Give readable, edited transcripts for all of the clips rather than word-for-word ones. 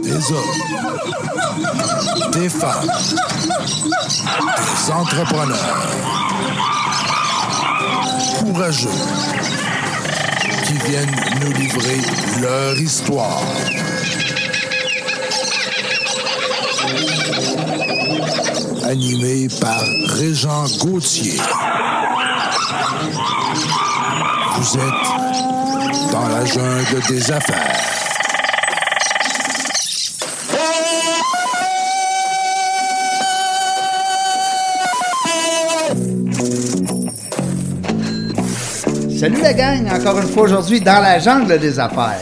Des hommes, des femmes, des entrepreneurs courageux qui viennent nous livrer leur histoire. Animé par Régent Gauthier. Vous êtes dans la jungle des affaires. Salut la gang, encore une fois aujourd'hui dans la jungle des affaires.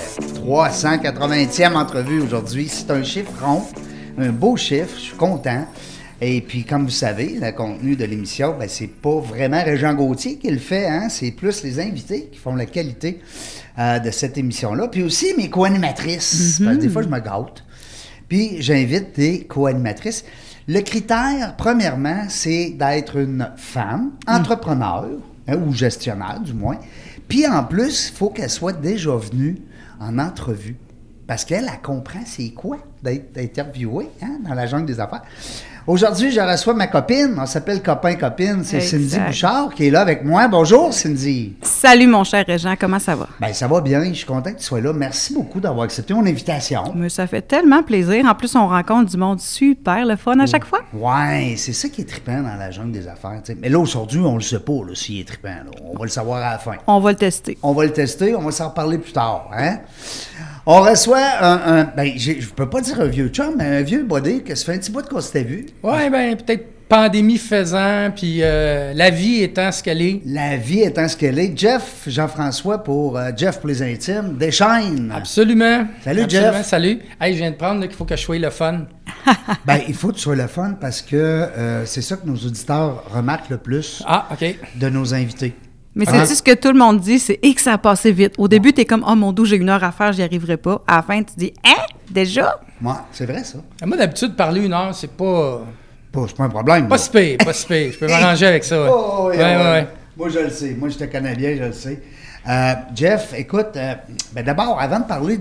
380e entrevue aujourd'hui, c'est un chiffre rond, un beau chiffre, je suis content. Et puis, comme vous savez, le contenu de l'émission, ben, c'est pas vraiment Régent Gauthier qui le fait, hein? C'est plus les invités qui font la qualité de cette émission-là. Puis aussi mes co-animatrices, parce que des fois, je me gâte. Puis, j'invite des co-animatrices. Le critère, premièrement, c'est d'être une femme, entrepreneur, hein, ou gestionnaire, du moins. Puis, en plus, il faut qu'elle soit déjà venue en entrevue. Parce qu'elle, elle comprend c'est quoi d'être interviewée, hein, dans la jungle des affaires. Aujourd'hui, je reçois ma copine. On s'appelle copain-copine. C'est Cindy Bouchard qui est là avec moi. Bonjour, Cindy. Salut, mon cher Régent. Comment ça va? Bien, ça va bien. Je suis content que tu sois là. Merci beaucoup d'avoir accepté mon invitation. Mais ça fait tellement plaisir. En plus, on rencontre du monde super, le fun à chaque fois. Ouais, c'est ça qui est trippant dans la jungle des affaires. T'sais. Mais là, aujourd'hui, on le sait pas s'il est trippant. Là. On va le savoir à la fin. On va le tester. On va le tester. On va s'en reparler plus tard. Hein? On reçoit je peux pas dire un vieux chum, mais un vieux body que ça fait un petit bout qu'on s'était vu. Ouais, ben peut-être pandémie faisant, puis la vie étant ce qu'elle est. La vie étant ce qu'elle est. Jeff Jean-François pour Jeff pour les intimes, Deschaines. Absolument. Salut Absolument, Jeff. Salut. Hey, je viens de prendre qu'il faut que je sois le fun. Ben, il faut que tu sois le fun parce que c'est ça que nos auditeurs remarquent le plus de nos invités. Mais c'est ce que tout le monde dit, c'est que ça a passé vite. Au début, t'es comme, oh mon Dieu, j'ai 1 heure à faire, j'y arriverai pas. À la fin, tu dis, hein, déjà? Ouais, c'est vrai ça. Moi, d'habitude, parler 1 heure, c'est pas. C'est pas un problème. Pas si pire, pas si pire. Je peux m'arranger avec ça. Ouais. Ouais. Moi, je le sais. Moi, je te connais bien, je le sais. Jeff, écoute, d'abord, avant de parler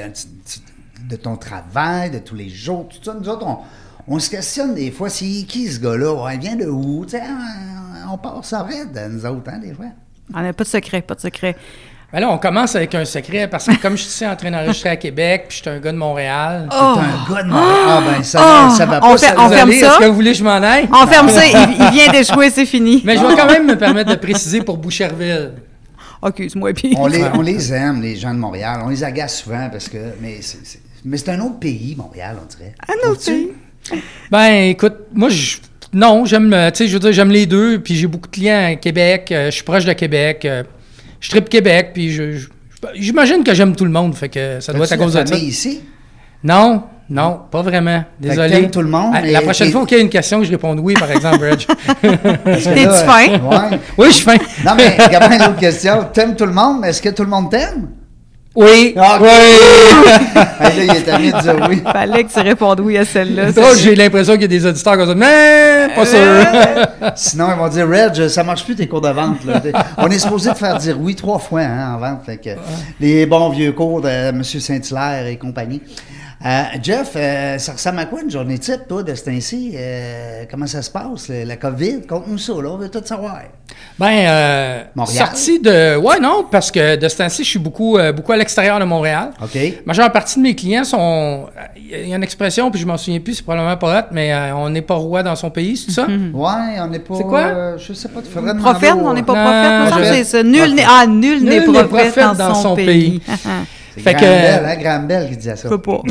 de ton travail, de tous les jours, tout ça, nous autres, on se questionne des fois, c'est qui ce gars-là? Ouais, il vient de où? Tu sais, on part ça vrai de nous autres, hein, des fois. On n'a pas de secret, pas de secret. Ben là, on commence avec un secret parce que comme je suis en train d'enregistrer à Québec, puis je suis un gars de Montréal. T'es un gars de Montréal. Ça va pas. On ferme ça. Est-ce que vous voulez que je m'en aille? On ferme ça. Il vient d'échouer, c'est fini. Mais je vais quand même me permettre de préciser pour Boucherville. OK, c'est moi puis. On les aime, les gens de Montréal. On les agace souvent parce que. Mais c'est un autre pays, Montréal, on dirait. Un autre pays? Ben, écoute, moi, j'aime les deux, puis j'ai beaucoup de clients à Québec, je suis proche de Québec, je tripe Québec, puis j'imagine que j'aime tout le monde, fait que ça doit être à cause de ça. Ici? Non, pas vraiment, désolé. T'aimes tout le monde? La prochaine fois qu'il y a une question, je réponds oui, par exemple, Reg. T'es-tu fin? Ouais. Oui, je suis fin. Non, mais regarde une autre question. T'aimes tout le monde, mais est-ce que tout le monde t'aime? Oui. Ah, oui. Là, il est à de dire oui. Fallait que tu répondes oui à celle-là. J'ai l'impression qu'il y a des auditeurs qui vont dire, mais pas sûr. Sinon, ils vont dire, Reg, ça marche plus tes cours de vente. Là. On est supposé de faire dire oui 3 fois en vente. Fait que, les bons vieux cours de M. Saint-Hilaire et compagnie. Jeff, ça ressemble à quoi une journée type, toi, de ce temps-ci? Comment ça se passe, la COVID? Conte-nous ça, là, on veut tout savoir. Ben, Montréal? sorti de... Ouais, non, parce que de ce temps-ci, je suis beaucoup à l'extérieur de Montréal. OK. Majeure partie de mes clients sont... Il y a une expression, puis je m'en souviens plus, c'est probablement pas hot, mais on n'est pas roi dans son pays, c'est ça? Ouais, on n'est pas... C'est quoi? Je sais pas, tu faudrais Prophète, on n'est pas Non, prophète, c'est ça. Nul n'est prophète dans son pays. C'est Graham-Bell qui disait ça. Je peux pas.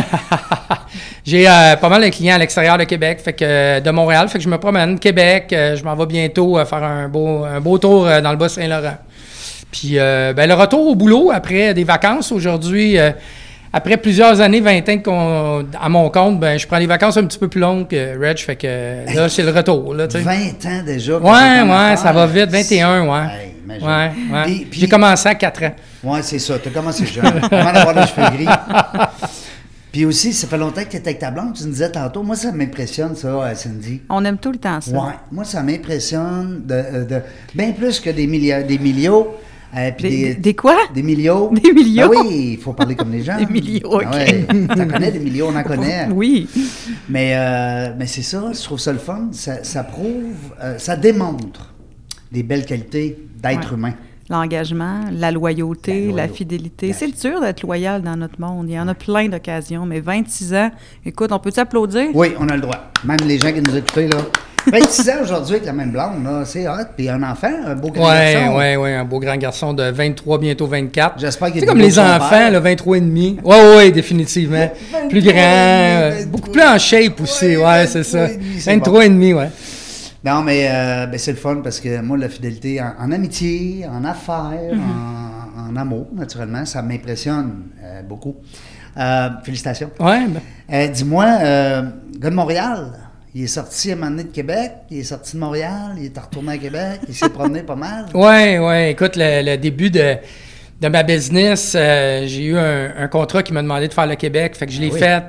J'ai pas mal de clients à l'extérieur de Québec, fait que de Montréal, fait que je me promène. Québec, je m'en vais bientôt faire un beau tour dans le Bas-Saint-Laurent. Puis le retour au boulot après des vacances aujourd'hui, après plusieurs années, 20 ans à mon compte, je prends des vacances un petit peu plus longues que Reg, fait que là, c'est le retour. Là, 20 ans déjà. Ouais, ça va vite, 21, ouais. Hey, imagine. Ouais. Puis, J'ai commencé à 4 ans. Ouais, c'est ça, t'as commencé jeune, avant d'avoir les cheveux gris. Puis aussi, ça fait longtemps que tu étais avec ta blonde, tu nous disais tantôt. Moi, ça m'impressionne, ça, Cindy. On aime tout le temps ça. Ouais, moi, ça m'impressionne de bien plus que des millions. Puis Des quoi? Des millions. Des millions? Ben oui, il faut parler comme les gens. Des millions, OK. Ah ouais. T'en connais des millions, on en connaît. Oui. Mais c'est ça, je trouve ça le fun. Ça prouve, ça démontre des belles qualités d'être humain. L'engagement, la loyauté, la fidélité. C'est dur d'être loyal dans notre monde. Il y en a plein d'occasions, mais 26 ans, écoute, on peut-tu applaudir? Oui, on a le droit. Même les gens qui nous écoutent, là. 26 ans aujourd'hui avec la même blonde, là, c'est hot. Puis un enfant, un beau grand garçon. Oui, un beau grand garçon de 23, bientôt 24. J'espère qu'il est comme les enfants, là, 23 et demi. Oui, définitivement. Plus grand, beaucoup plus en shape aussi, c'est ça. 23 et demi, Non, mais c'est le fun parce que moi, la fidélité en amitié, en affaires, en amour, naturellement, ça m'impressionne beaucoup. Félicitations. Ouais. Dis-moi, gars de Montréal, il est sorti à un moment donné de Québec, il est sorti de Montréal, il est retourné à Québec, il s'est promené pas mal. Oui. Écoute, le début de ma business, j'ai eu un contrat qui m'a demandé de faire le Québec. Fait que je l'ai fait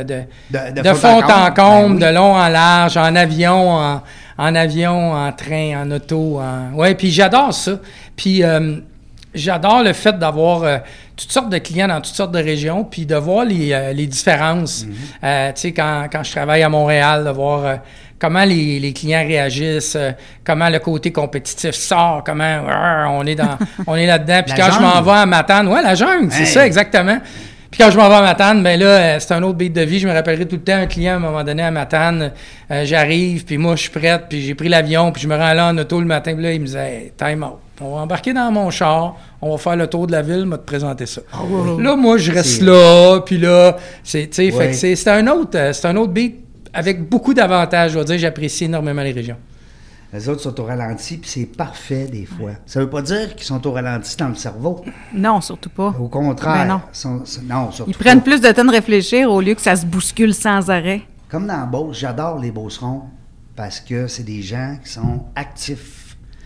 de fond en comble, de long en large, en avion, en train, en auto. Puis j'adore ça. Puis j'adore le fait d'avoir toutes sortes de clients dans toutes sortes de régions, puis de voir les différences. Tu sais, quand je travaille à Montréal, de voir comment les clients réagissent, comment le côté compétitif sort, comment on est là-dedans. Puis quand je m'en vais à Matane, la jungle, c'est ça, exactement. Puis quand je m'en vais à Matane, ben là, c'est un autre beat de vie. Je me rappellerai tout le temps un client à un moment donné à Matane. J'arrive, puis moi, je suis prête, puis j'ai pris l'avion, puis je me rends là en auto le matin. Puis là, il me disait hey, « time out. On va embarquer dans mon char, on va faire le tour de la ville, m'a te présenter ça. Là, moi, je reste là, puis là, fait que c'est un autre beat avec beaucoup d'avantages. Je dois dire, j'apprécie énormément les régions. Les autres sont au ralenti, puis c'est parfait des fois. Ça veut pas dire qu'ils sont au ralenti dans le cerveau. Non, surtout pas. Au contraire. Non. Non, surtout Ils prennent plus de temps de réfléchir au lieu que ça se bouscule sans arrêt. Comme dans Beauce, j'adore les Beaucerons parce que c'est des gens qui sont actifs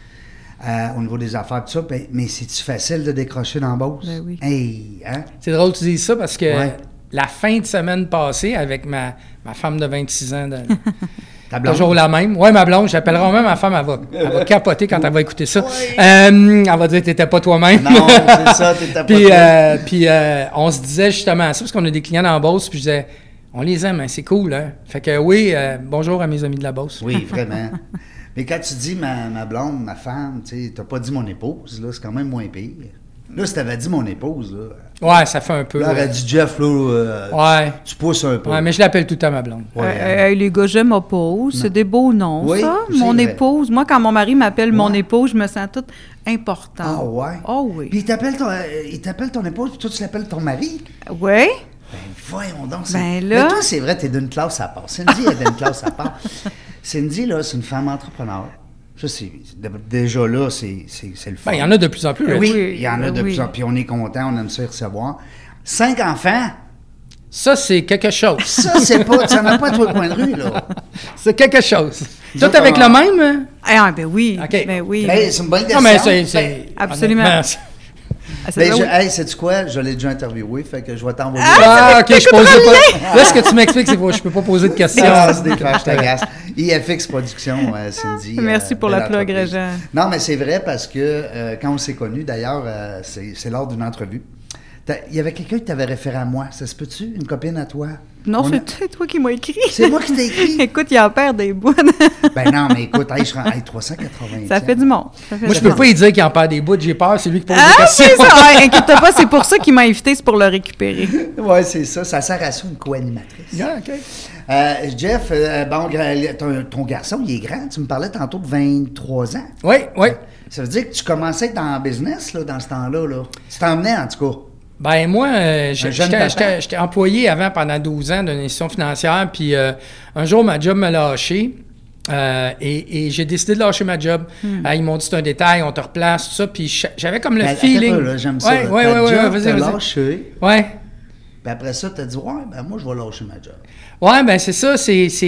au niveau des affaires, tout ça. Mais c'est-tu facile de décrocher dans Beauce? Ben oui. Hey, hein? C'est drôle que tu dises ça parce que la fin de semaine passée, avec ma femme de 26 ans, toujours la même. Oui, ma blonde, j'appellerai même ma femme, elle va capoter quand elle va écouter ça. Elle va dire que t'étais pas toi-même. Non, c'est ça, t'étais pas toi-même. Puis on se disait justement ça, parce qu'on a des clients dans la Beauce, puis je disais, on les aime, hein, c'est cool, hein. Fait que oui, bonjour à mes amis de la Beauce. Oui, vraiment. Mais quand tu dis ma blonde, ma femme, tu sais, t'as pas dit mon épouse, là, c'est quand même moins pire. Là, si t'avais dit mon épouse, là... Ouais, ça fait un peu... Là, elle a dit Jeff, là, tu pousses un peu. Ouais, mais je l'appelle tout le temps ma blonde. Les gars, je m'oppose. C'est des beaux noms, ça. Mon épouse. Moi, quand mon mari m'appelle mon épouse, je me sens toute importante. Ah ouais? Oh oui. Puis il t'appelle ton épouse, puis toi, tu l'appelles ton mari? Oui. Ben voyons donc. Ben là... Mais toi, c'est vrai, t'es d'une classe à part. Cindy est d'une classe à part. Cindy, là, c'est une femme entrepreneur. Ça, c'est déjà là, c'est le fun. Ben, il y en a de plus en plus. Oui, il y en a de plus en plus. Puis on est content, on aime ça y recevoir. 5 enfants. Ça, c'est quelque chose. Ça, c'est pas... Ça n'a pas à toi le coin de rue, là. C'est quelque chose. Tout avec le même? Ah, ben oui. OK. Ben oui. Ben, c'est une bonne question. Non, mais c'est... Absolument. Sais-tu quoi? Je l'ai déjà interviewé, fait que je vais t'envoyer... OK, je pose pas... Là, ce que tu m'expliques, c'est que je peux pas poser de questions. C'est des crashs, je t'agace. IFX Production, Cindy. Merci pour la plug, Régent. Non, mais c'est vrai parce que quand on s'est connus, d'ailleurs, c'est lors d'une entrevue, il y avait quelqu'un qui t'avait référé à moi. Ça se peut-tu? Une copine à toi? Non, c'est toi qui m'as écrit. C'est moi qui t'ai écrit. Écoute, il en perd des bouts. Ben non, mais écoute, je serais 380. Ça fait du monde. Moi, je peux pas lui dire qu'il en perd des bouts. J'ai peur. C'est lui qui pose des questions. C'est ça. Inquiète-toi pas, c'est pour ça qu'il m'a invité, c'est pour le récupérer. Oui, c'est ça. Ça sert à ça, une co-animatrice. OK. Jeff, ton garçon, il est grand. Tu me parlais tantôt de 23 ans. Oui. Ça veut dire que tu commençais dans le business là, dans ce temps-là. Là. Tu t'emmenais, en tout cas. Ben moi, j'étais employé avant pendant 12 ans d'une institution financière, puis un jour, ma job m'a lâché et j'ai décidé de lâcher ma job. Ils m'ont dit, c'est un détail, on te replace, tout ça, puis j'avais comme le feeling... Attends, là, j'aime ça. Oui, vas-y. Lâché. Oui. Puis après ça, tu as dit, ben moi, je vais lâcher ma job. Oui, ben c'est ça,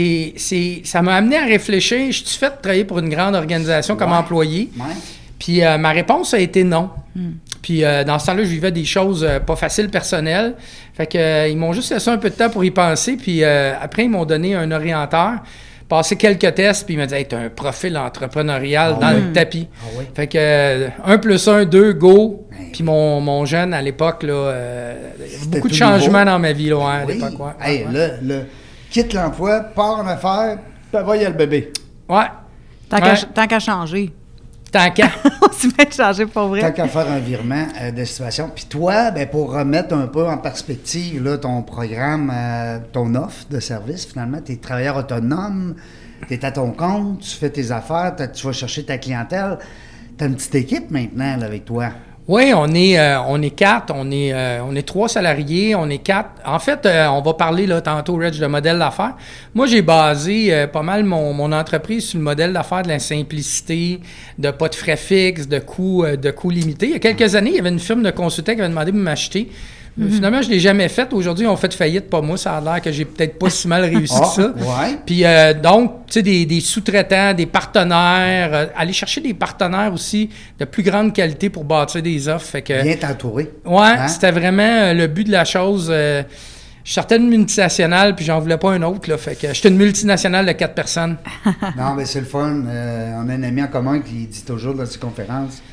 ça m'a amené à réfléchir. Je suis fait de travailler pour une grande organisation comme employé. Ouais. Puis ma réponse a été non. Puis dans ce temps-là, je vivais des choses pas faciles personnelles. Fait que ils m'ont juste laissé un peu de temps pour y penser. Puis après, ils m'ont donné un orienteur. passé quelques tests, puis il m'a dit « Hey, t'as un profil entrepreneurial dans le tapis. » Fait que 1 + 1, 2, go. Puis mon jeune, à l'époque, là, il y avait beaucoup de changements dans ma vie, là, à l'époque. Ouais. Hey, là, quitte l'emploi, pars en affaires, puis va, il y a le bébé. Ouais. Tant qu'à changer. Tant qu'à. On s'y met de changer pour vrai. Tant qu'à faire un virement de situation. Puis toi, ben, pour remettre un peu en perspective là, ton programme, ton offre de service, finalement, tu es travailleur autonome, tu es à ton compte, tu fais tes affaires, tu vas chercher ta clientèle. Tu as une petite équipe maintenant là, avec toi. Oui, on est 4, on est 3 salariés, on est 4. En fait, on va parler là, tantôt, Reg, de modèle d'affaires. Moi, j'ai basé pas mal mon entreprise sur le modèle d'affaires de la simplicité, de pas de frais fixes, de coûts limités. Il y a quelques années, il y avait une firme de consultants qui avait demandé de m'acheter. Finalement, je ne l'ai jamais fait. Aujourd'hui, on fait faillite, pas moi. Ça a l'air que j'ai peut-être pas si mal réussi que ça. Ouais. Puis donc, tu sais, des sous-traitants, des partenaires, aller chercher des partenaires aussi de plus grande qualité pour bâtir des offres. Fait que, bien t'entourer. Oui, c'était vraiment le but de la chose. Je sortais d'une multinationale, puis j'en voulais pas un autre. Là, fait que j'étais une multinationale de 4 personnes. Non, mais c'est le fun. On a un ami en commun qui dit toujours dans ses conférences,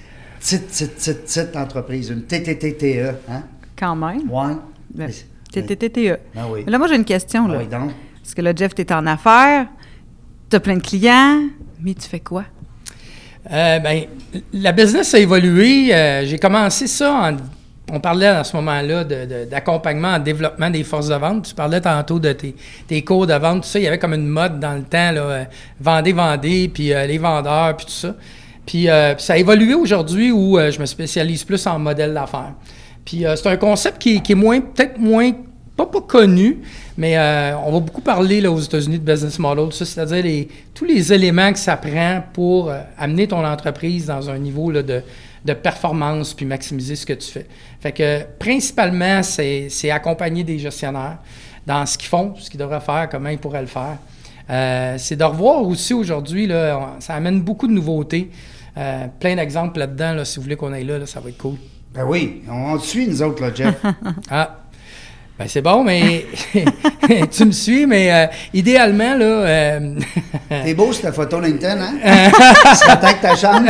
petite entreprise, une TTTE, hein? Quand même. Oui. TTTE. Ben oui. Mais là, moi, j'ai une question. Là. Oui, donc. Parce que là, Jeff, tu es en affaires, tu as plein de clients, mais tu fais quoi? Ben, la business a évolué. J'ai commencé ça on parlait à ce moment-là d'accompagnement en développement des forces de vente. Tu parlais tantôt de tes cours de vente, tout ça. Il y avait comme une mode dans le temps, là, vendez, puis les vendeurs, puis tout ça. Puis ça a évolué aujourd'hui où je me spécialise plus en modèle d'affaires. Puis c'est un concept qui est peut-être moins, pas connu, mais on va beaucoup parler là, aux États-Unis de business model, ça, c'est-à-dire tous les éléments que ça prend pour amener ton entreprise dans un niveau là, de performance puis maximiser ce que tu fais. Fait que principalement, c'est accompagner des gestionnaires dans ce qu'ils font, ce qu'ils devraient faire, comment ils pourraient le faire. C'est de revoir aussi aujourd'hui, là, ça amène beaucoup de nouveautés. Plein d'exemples là-dedans, là, si vous voulez qu'on aille là, ça va être cool. Ben oui, on te suit, nous autres, là, Jeff. Ah, ben c'est bon, mais tu me suis, mais idéalement, là... T'es beau, cette photo LinkedIn, hein? Ça attaque ta chambre.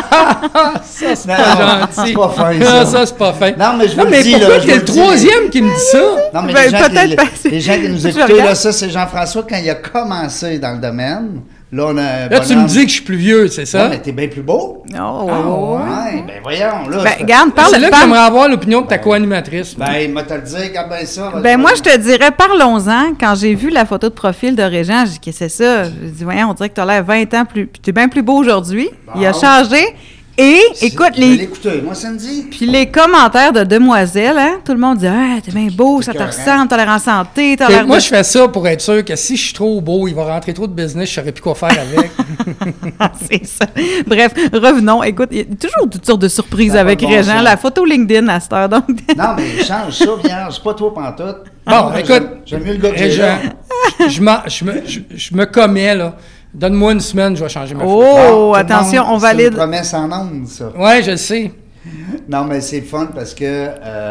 Ça, c'est pas gentil. C'est pas fin, ça. Ça, c'est pas fin. Non, mais je vous mais le dis, pourquoi là... t'es le troisième qui me dit ça? Non, mais Ben, les gens qui nous écoutent, là, ça, c'est Jean-François, quand il a commencé dans le domaine... Là, on a là tu me dis que je suis plus vieux, c'est ça? Non, mais t'es bien plus beau. Oh, ouais, ben voyons, là. Ben, regarde, parle. C'est là que j'aimerais avoir l'opinion de ta co-animatrice. Ben, moi, te le dire, regarde bien ça. Ben, moi, je te dirais, parlons-en. Quand j'ai vu la photo de profil de Régent, j'ai dit, qu'est-ce que c'est ça? J'ai dit, voyons, on dirait que tu as l'air 20 ans plus. Puis tu es bien plus beau aujourd'hui. Bon. Il a changé. Et, écoute, Je vais l'écouter, moi, samedi. Puis les commentaires de demoiselles, hein, tout le monde dit « Ah, t'es bien beau, ça te ressemble, t'as l'air en santé, t'as l'air... » Moi, je fais ça pour être sûr que si je suis trop beau, il va rentrer trop de business, je saurais plus quoi faire avec. C'est ça. Bref, revenons. Écoute, il y a toujours toutes sortes de surprises Ça avec va bon Régent. sens. La photo LinkedIn à cette heure, donc... Non, mais change ça, vierge. C'est pas toi pantoute. Bon, Moi, écoute, j'aime mieux le gars que j'ai là. je me commets, là. Donne-moi une semaine, je vais changer ma photo. Oh, Tout le attention, monde, on valide. C'est une promesse en ondes, ça. Ouais, je le sais. Non, mais c'est fun parce que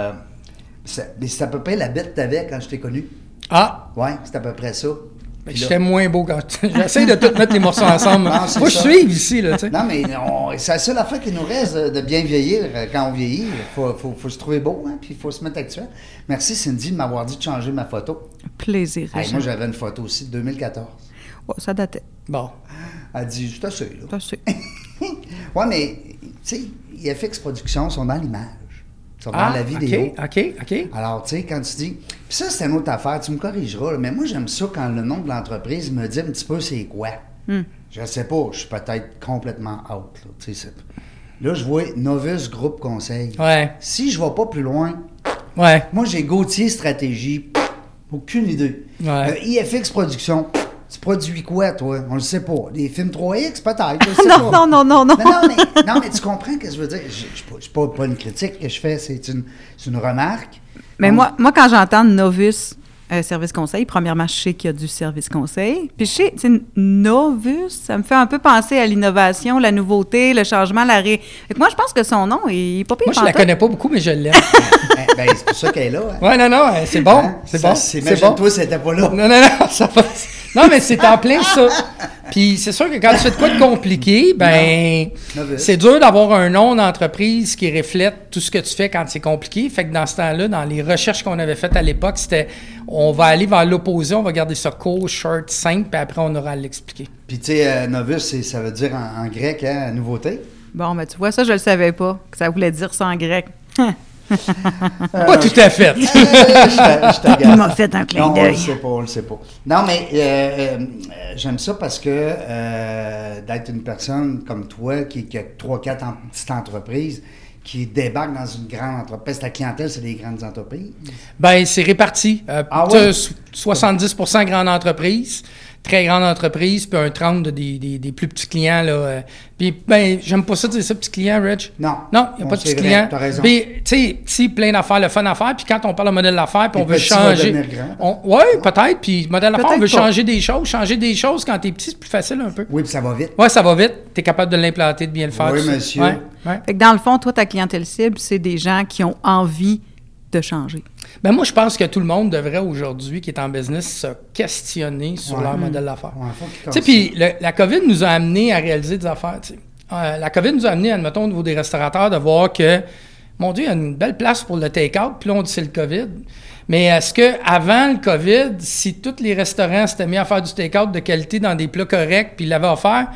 c'est à peu près la bête que t'avais quand je t'ai connu. Ah, Ouais, c'est à peu près ça. mais Puis là- j'étais moins beau quand... J'essaie de tout mettre les morceaux ensemble. Non, c'est Faut que je ça. suive ici, là, tu sais. Non, mais c'est la seule affaire qui nous reste de bien vieillir quand on vieillit. Faut se trouver beau, hein, puis il faut se mettre actuel. Merci, Cindy, de m'avoir dit de changer ma photo. Plaisir, Hey, Régent. moi, j'avais une photo aussi de 2014. Oh, ça datait. Bon. Elle dit, je t'assure, là. Ça, c'est... Ouais, mais, tu sais, IFX Productions sont dans l'image. Ils sont dans la vidéo. OK. Alors, tu sais, quand tu dis... Puis ça, c'est une autre affaire, tu me corrigeras, là, mais moi, j'aime ça quand le nom de l'entreprise me dit un petit peu c'est quoi. Je sais pas, je suis peut-être complètement out, là, tu sais. Là, je vois Novus Groupe Conseil. Ouais. Si je vais pas plus loin, Ouais. moi, j'ai Gauthier Stratégie, aucune idée. Ouais. IFX Productions, tu produis quoi, toi? On le sait pas. Des films 3X, peut-être, je sais pas. Non. Non, mais tu comprends ce que je veux dire. C'est pas une critique que je fais, c'est une remarque. Mais Donc, moi, quand j'entends Novus service conseil, premièrement, je sais qu'il y a du service conseil. Puis je sais, tu sais, Novus, ça me fait un peu penser à l'innovation, la nouveauté, le changement, Fait que moi, je pense que son nom est pas pire. Moi, je la connais pas beaucoup, mais je l'aime. ben, c'est pour ça qu'elle est là. Hein. Ouais, non, c'est bon. Hein? C'est bon. Imagine-toi, c'était pas là. Non, ça va. Non, mais c'est en plein ça. Puis c'est sûr que quand tu fais de quoi de compliqué, ben c'est dur d'avoir un nom d'entreprise qui reflète tout ce que tu fais quand c'est compliqué. Fait que dans ce temps-là, dans les recherches qu'on avait faites à l'époque, c'était on va aller vers l'opposé, on va garder ça court, short, simple, puis après on aura à l'expliquer. Puis tu sais, novus, ça veut dire en grec, hein, nouveauté. Bon, ben tu vois, ça, je le savais pas, que ça voulait dire ça en grec. Pas tout à fait. Je t'agace. Il m'a fait un clin Non, d'œil. on le sait pas. Non, mais j'aime ça parce que d'être une personne comme toi qui a 3-4 petites entreprises qui débarquent dans une grande entreprise. Ta clientèle, c'est des grandes entreprises? Ben c'est réparti. Ouais? 70% grandes entreprises, très grandes entreprises, puis un 30% des plus petits clients. Là. Puis, ben, j'aime pas ça dire ça, petits clients, Rich. Non. Non, il n'y a pas de petits clients. T'as raison. Puis, tu sais, plein d'affaires, le fun d'affaires. Puis, quand on parle de modèle d'affaires, puis on veut petit va changer. devenir grand. Oui, peut-être. Puis, modèle d'affaires, on veut Peut-être pas. changer des choses. Changer des choses, quand t'es petit, c'est plus facile un peu. Oui, puis ça va vite. Oui, ça va vite. Tu es capable de l'implanter, de bien le faire. Oui, tout ça. monsieur. Ouais, ouais. Fait que dans le fond, toi, ta clientèle cible, c'est des gens qui ont envie de changer. Ben moi, je pense que tout le monde devrait aujourd'hui, qui est en business, se questionner sur leur modèle d'affaires. Ouais, faut qu'ils Tu sais, puis la COVID nous a amené à réaliser des affaires. Tu sais. La COVID nous a amené, admettons, au niveau des restaurateurs, de voir que, mon Dieu, il y a une belle place pour le take-out, puis là, on dit c'est le COVID. Mais est-ce qu'avant le COVID, si tous les restaurants s'étaient mis à faire du take-out de qualité dans des plats corrects, puis ils l'avaient offert,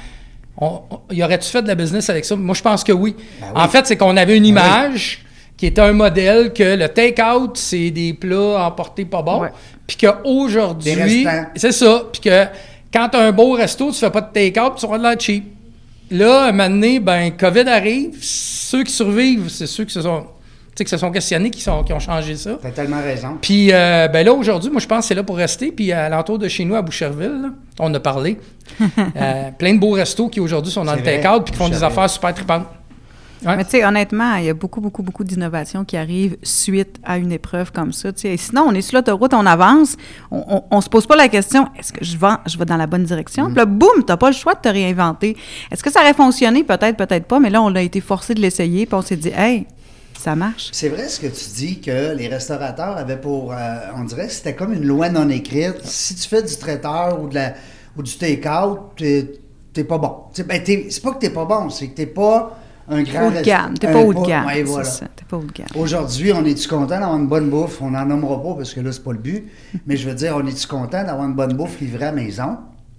y aurait-tu fait de la business avec ça? Moi, je pense que oui. Ben oui. En fait, c'est qu'on avait une image qui était un modèle que le take-out, c'est des plats emportés pas bons, Ouais. puis qu'aujourd'hui, Des restants. c'est ça, puis que quand tu as un beau resto, tu fais pas de take-out, puis tu auras de l'air cheap. Là, un moment donné, ben, COVID arrive, ceux qui survivent, c'est ceux qui se sont questionnés, qui ont changé ça. T'as tellement raison. Puis, ben là, aujourd'hui, moi, je pense que c'est là pour rester. Puis, à l'entour de chez nous, à Boucherville, là, on a parlé. Plein de beaux restos qui, aujourd'hui, sont dans C'est le vrai, take-out puis qui font des Boucherville. affaires super tripantes. Ouais. Mais tu sais, honnêtement, il y a beaucoup d'innovations qui arrivent suite à une épreuve comme ça. Tu sais. Et sinon, on est sur l'autoroute, on avance, on se pose pas la question, est-ce que je vais dans la bonne direction? Puis là, boum, t'as pas le choix de te réinventer. Est-ce que ça aurait fonctionné? Peut-être, peut-être pas, mais là, on a été forcé de l'essayer, puis on s'est dit, hey, ça marche. C'est vrai ce que tu dis, que les restaurateurs avaient pour... on dirait que c'était comme une loi non écrite. Si tu fais du traiteur ou du take-out, t'es pas bon. C'est pas que t'es pas bon, c'est que t'es pas un grand... Haut de gamme. T'es pas haut de gamme. Ouais, voilà. C'est ça. T'es pas haut de gamme. Aujourd'hui, on est-tu content d'avoir une bonne bouffe? On n'en nommera pas parce que là, c'est pas le but. Mais je veux dire, on est-tu content d'avoir une bonne bouffe livrée à la maison?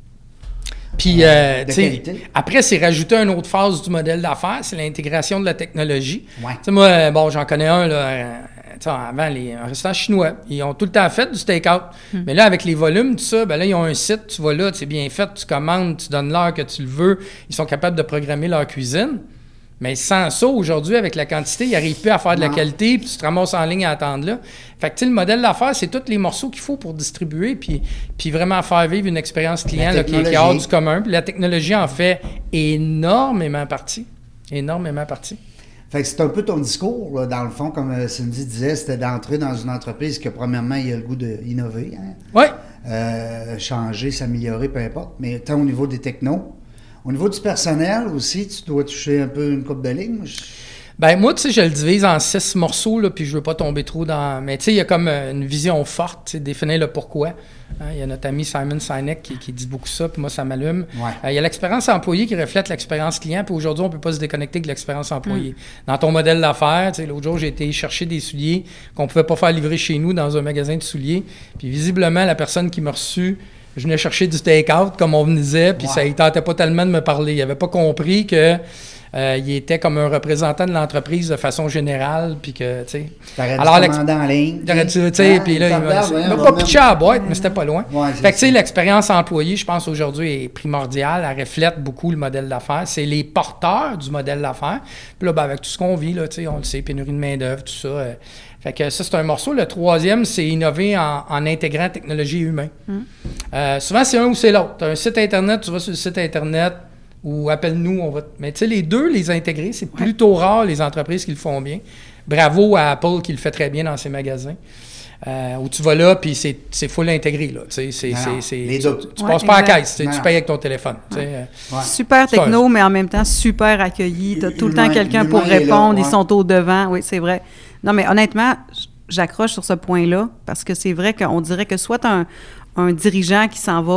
Puis, de tu sais, qualité. après, c'est rajouter une autre phase du modèle d'affaires, c'est l'intégration de la technologie. Ouais. Tu sais, moi, bon, j'en connais un, là, tu sais, avant, un restaurant chinois. Ils ont tout le temps fait du take-out. Mais là, avec les volumes, tout ça, ben là, ils ont un site, tu vas là, c'est bien fait, tu commandes, tu donnes l'heure que tu le veux. Ils sont capables de programmer leur cuisine. Mais sans ça, aujourd'hui, avec la quantité, ils n'arrivent plus à faire de la Non. qualité, puis tu te ramasses en ligne à attendre là. Fait que, tu sais, le modèle d'affaires, c'est tous les morceaux qu'il faut pour distribuer, puis vraiment faire vivre une expérience client là, qui est hors du commun. Puis la technologie en fait énormément partie. Énormément partie. Fait que c'est un peu ton discours, là, dans le fond, comme Cindy disait, c'était d'entrer dans une entreprise que, premièrement, il y a le goût d'innover, hein? Oui. Changer, s'améliorer, peu importe. Mais tant au niveau des technos, au niveau du personnel aussi, tu dois toucher un peu une coupe de ligne. Ben moi, tu sais, je le divise en 6 morceaux, là, puis je veux pas tomber trop dans... Mais tu sais, il y a comme une vision forte, tu sais, définir le pourquoi. Hein, il y a notre ami Simon Sinek qui dit beaucoup ça, puis moi, ça m'allume. Ouais. Il y a l'expérience employée qui reflète l'expérience client, puis aujourd'hui, on peut pas se déconnecter de l'expérience employée. Dans ton modèle d'affaires, tu sais, l'autre jour, j'ai été chercher des souliers qu'on pouvait pas faire livrer chez nous dans un magasin de souliers, puis visiblement, la personne qui m'a reçu, je venais chercher du take-out, comme on me disait, puis ça, il tentait pas tellement de me parler. Il avait pas compris que... il était comme un représentant de l'entreprise de façon générale, puis que, tu sais... T'aurais dû commander en ligne. Tu sais, puis là, il m'a pas pitché à la boîte, mais c'était pas loin. Ouais, fait que, tu sais, l'expérience employée, je pense, aujourd'hui, est primordiale. Elle reflète beaucoup le modèle d'affaires. C'est les porteurs du modèle d'affaires. Puis là, ben, avec tout ce qu'on vit, là, tu sais, on le sait, pénurie de main-d'œuvre, tout ça. Fait que ça, c'est un morceau. Le troisième, c'est innover en intégrant technologie et humain. Souvent, c'est un ou c'est l'autre. Tu as un site Internet, tu vas sur le site Internet, ou appelle-nous, on va... Mais tu sais, les deux, les intégrer, c'est plutôt rare, les entreprises qui le font bien. Bravo à Apple qui le fait très bien dans ses magasins. Où tu vas là, puis c'est full intégré, là. Tu sais, les deux. tu passes pas à la exact. caisse, tu payes avec ton téléphone. Tu sais, Super techno, mais en même temps super accueilli. Tu as tout le temps L'humain- quelqu'un pour l'humain est là, répondre. ouais. Ils sont au devant. Oui, c'est vrai. Non, mais honnêtement, j'accroche sur ce point-là parce que c'est vrai qu'on dirait que soit un dirigeant qui s'en va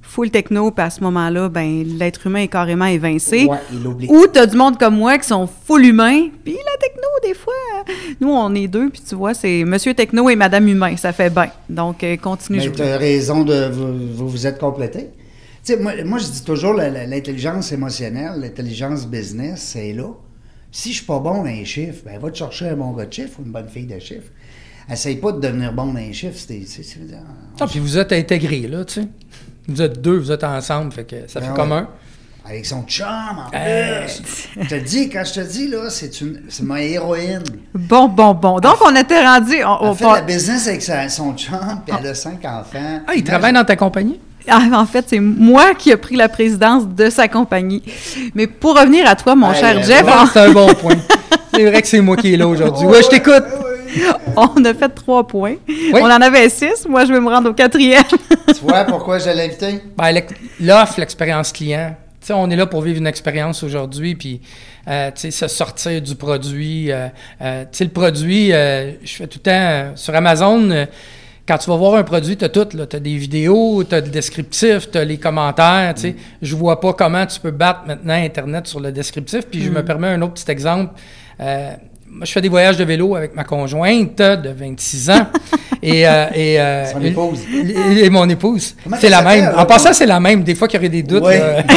full techno, puis à ce moment-là, ben l'être humain est carrément évincé. Ouais, il l'oublie. Ou t'as du monde comme moi qui sont full humains, puis la techno, des fois, nous, on est deux, puis tu vois, c'est Monsieur Techno et Madame Humain, ça fait bien. Donc, continue. Mais tu as raison de vous êtes complétés. Tu sais, moi, je dis toujours, l'intelligence émotionnelle, l'intelligence business, c'est là. Si je suis pas bon dans les chiffres, ben va te chercher un bon gars de chiffres ou une bonne fille de chiffres. Essaye pas de devenir bon dans les chiffres. Puis vous êtes intégrés, là, tu sais. Vous êtes deux, vous êtes ensemble, fait que ça fait comme un. Avec son chum, en plus. Quand je te dis, là, c'est ma héroïne. Bon. Donc, on était rendu... Elle fait la business avec son chum, puis elle a 5 enfants. Ah, il travaille dans ta compagnie? En fait, c'est moi qui ai pris la présidence de sa compagnie. Mais pour revenir à toi, mon cher Jeff... C'est un bon point. C'est vrai que c'est moi qui est là aujourd'hui. Ouais, je t'écoute. On a fait 3 points. Oui. On en avait 6. Moi, je vais me rendre au 4e. Tu vois pourquoi je l'ai invité? Ben, l'offre, l'expérience client. Tu sais, on est là pour vivre une expérience aujourd'hui, puis, tu sais, se sortir du produit. Tu sais, le produit, je fais tout le temps sur Amazon... Quand tu vas voir un produit, tu as tout. Tu as des vidéos, tu as le descriptif, tu as les commentaires. Tu sais. Je vois pas comment tu peux battre maintenant Internet sur le descriptif. Puis je me permets un autre petit exemple. Moi, je fais des voyages de vélo avec ma conjointe de 26 ans. Son épouse. Et mon épouse. Comment C'est la s'appelle, même. En passant, c'est la même. Des fois qu'il y aurait des doutes. Oui.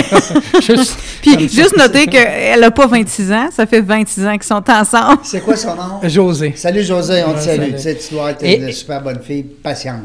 Juste noter qu'elle n'a pas 26 ans. Ça fait 26 ans qu'ils sont ensemble. C'est quoi son nom? José. Salut José, on te salue. Salut. Tu sais, tu dois être une super bonne fille, patiente.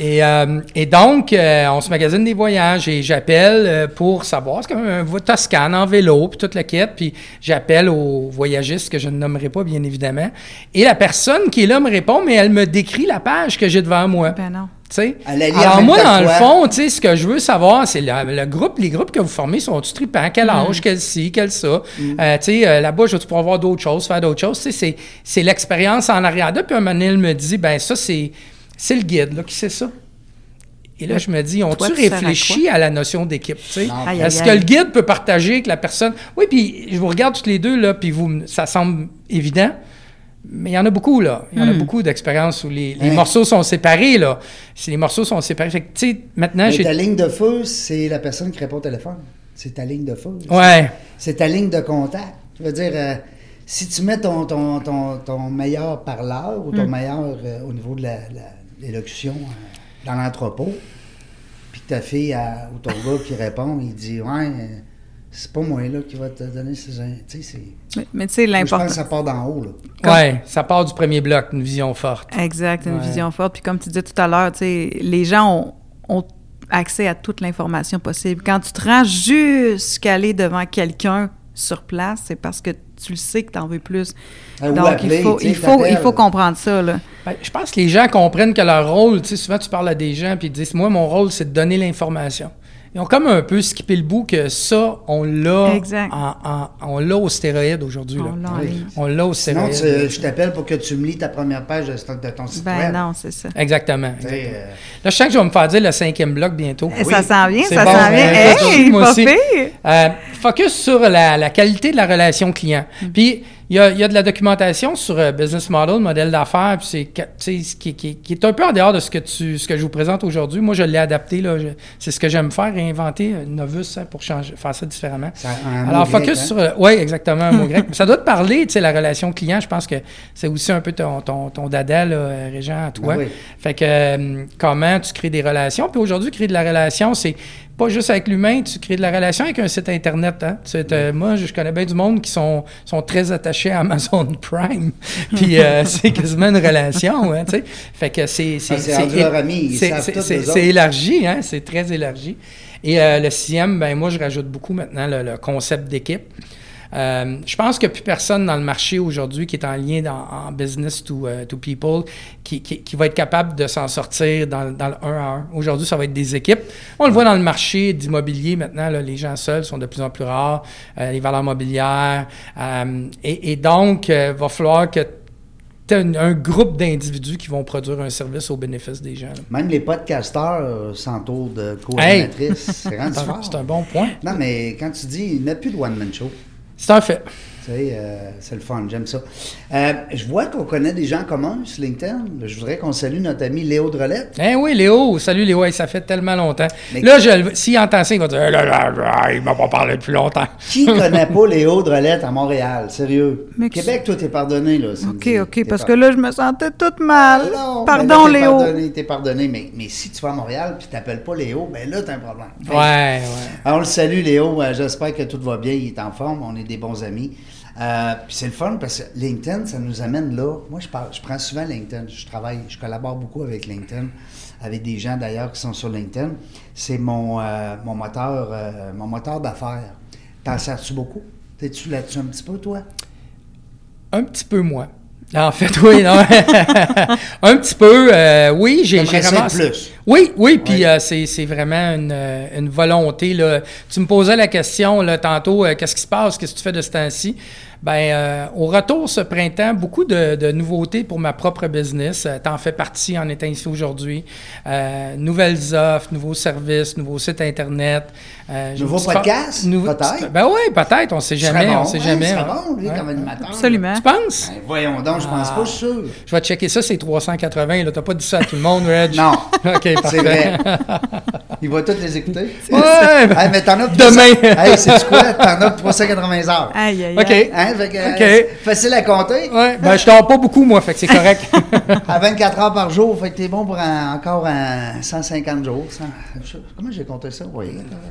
Et donc, on se magasine des voyages et j'appelle pour savoir, c'est comme un Toscane en vélo, puis toute la quête, puis j'appelle aux voyagistes que je ne nommerai pas, bien évidemment. Et la personne qui est là me répond, mais elle me décrit la page que j'ai devant moi. Ben non. T'sais? Elle Alors moi, dans le fond, ce que je veux savoir, c'est le groupe, les groupes que vous formez sont-tu tripants? Quel âge, quel ci, quel ça? Là-bas, je vais pouvoir voir d'autres choses, faire d'autres choses. C'est l'expérience en arrière. Puis un moment donné, elle me dit, ben ça, c'est le guide là, qui sait ça. Et là, je me dis, ont-tu réfléchi à la notion d'équipe? Est-ce que le guide peut partager avec la personne? Oui, puis je vous regarde toutes les deux, là, puis ça semble évident. Mais il y en a beaucoup, là. Il y en a beaucoup d'expériences où les morceaux sont séparés, là. Si les morceaux sont séparés. Fait que, tu sais, maintenant, mais ta ligne de feu, c'est la personne qui répond au téléphone. C'est ta ligne de feu. Ouais. C'est ta ligne de contact. Je veux dire, si tu mets ton meilleur parleur ou ton meilleur au niveau de l'élocution dans l'entrepôt, puis que ta fille ou ton gars qui répond, il dit « Ouais, c'est pas moi là qui va te donner ces... » Tu sais, c'est... Mais tu sais, l'important... Je pense que ça part d'en haut, là. Oui, ça part du premier bloc, une vision forte. Exact, une vision forte. Puis comme tu disais tout à l'heure, tu sais, les gens ont accès à toute l'information possible. Quand tu te rends jusqu'à aller devant quelqu'un sur place, c'est parce que tu le sais que tu en veux plus. Donc, appeler, il faut comprendre ça, là. Ben, je pense que les gens comprennent que leur rôle, tu sais, souvent tu parles à des gens puis ils disent, moi, mon rôle, c'est de donner l'information. Ils ont comme un peu skippé le bout que ça, on l'a on l'a aux stéroïdes aujourd'hui. On l'a aux stéroïdes. Sinon, je t'appelle pour que tu me lis ta première page de ton site web. Ben non, c'est ça. Exactement. Là, je sens que je vais me faire dire le 5e bloc bientôt. Ça s'en vient, c'est ça bon, s'en vient. Hey, moi pas aussi. pire. Focus sur la qualité de la relation client. Puis, il y a de la documentation sur business model d'affaires, puis qui est un peu en dehors de ce que je vous présente aujourd'hui. Moi, je l'ai adapté, là. C'est ce que j'aime faire, réinventer Novus pour faire ça différemment. Alors, focus sur... Oui, exactement, un mot grec. Ça doit te parler, tu sais, la relation client. Je pense que c'est aussi un peu ton dada, là, Régent, à toi. Oui. Fait que comment tu crées des relations. Puis aujourd'hui, créer de la relation, c'est pas juste avec l'humain, tu crées de la relation avec un site Internet. Hein? Moi, je connais bien du monde qui sont très attachés à Amazon Prime. Puis c'est quasiment une relation. Hein, t'sais. Fait que c'est leur ami. C'est élargi, hein? C'est très élargi. Et le 6e, ben moi, je rajoute beaucoup maintenant le concept d'équipe. Je pense qu'il n'y a plus personne dans le marché aujourd'hui qui est en lien en business to people qui va être capable de s'en sortir dans le 1 à 1. Aujourd'hui, ça va être des équipes. On le voit dans le marché d'immobilier maintenant, là, les gens seuls sont de plus en plus rares, les valeurs mobilières. Et donc, il va falloir que tu aies un groupe d'individus qui vont produire un service au bénéfice des gens. Là. Même les podcasteurs s'entourent de co-animatrices. C'est rendu fort. C'est un bon point. Non, mais quand tu dis, il n'y a plus de one-man show. C'est un fait. Tu sais, c'est le fun, j'aime ça. Je vois qu'on connaît des gens communs sur LinkedIn. Je voudrais qu'on salue notre ami Léo Drolette. Eh oui, Léo. Salut Léo, ça fait tellement longtemps. Mais là, s'il entend ça, il va dire il m'a pas parlé depuis longtemps. Qui connaît pas Léo Drolette à Montréal? Sérieux. Mais Québec, toi, t'es pardonné, là. OK, parce que là, je me sentais toute mal. Non, Pardon, ben là, Léo. T'es pardonné, mais si tu vas à Montréal et tu t'appelles pas Léo, ben là, t'as un problème. Ouais. Alors, on le salue, Léo. J'espère que tout va bien. Il est en forme. On est des bons amis. Puis c'est le fun parce que LinkedIn, ça nous amène là. Moi, je prends souvent LinkedIn. Je collabore beaucoup avec LinkedIn, avec des gens d'ailleurs qui sont sur LinkedIn. C'est mon moteur d'affaires. T'en sers-tu beaucoup? T'es-tu là-dessus un petit peu, toi? Un petit peu, moi. En fait, oui, non. Un petit peu, oui, j'ai vraiment... plus. Oui, puis c'est vraiment une volonté, là. Tu me posais la question, là, tantôt, qu'est-ce qui se passe, qu'est-ce que tu fais de ce temps-ci? Bien, au retour ce printemps, beaucoup de nouveautés pour ma propre business. T'en fais partie en étant ici aujourd'hui. Nouvelles offres, nouveaux services, nouveaux sites Internet. Nouveau podcast, peut-être? Ben oui, peut-être, on ne sait jamais. On sait jamais. Il serait bon, lui, comme animateur. Absolument. Tu penses? Ben, voyons donc, je pense pas, je suis sûr. Je vais checker ça, c'est 380. Là, t'as pas dit ça à tout le monde, Reg? Non. OK, parfait. C'est vrai. Il va tous les écouter. Ouais, Hey, mais t'en as pour demain. Hey, c'est quoi? T'en as pour 380 heures. Aïe, aïe, OK. aïe. Hein? Fait que, OK. facile à compter. Ouais, ben je dors pas beaucoup, moi, fait que c'est correct. À 24 heures par jour, fait que t'es bon pour encore 150 jours. Comment j'ai compté ça? Oui,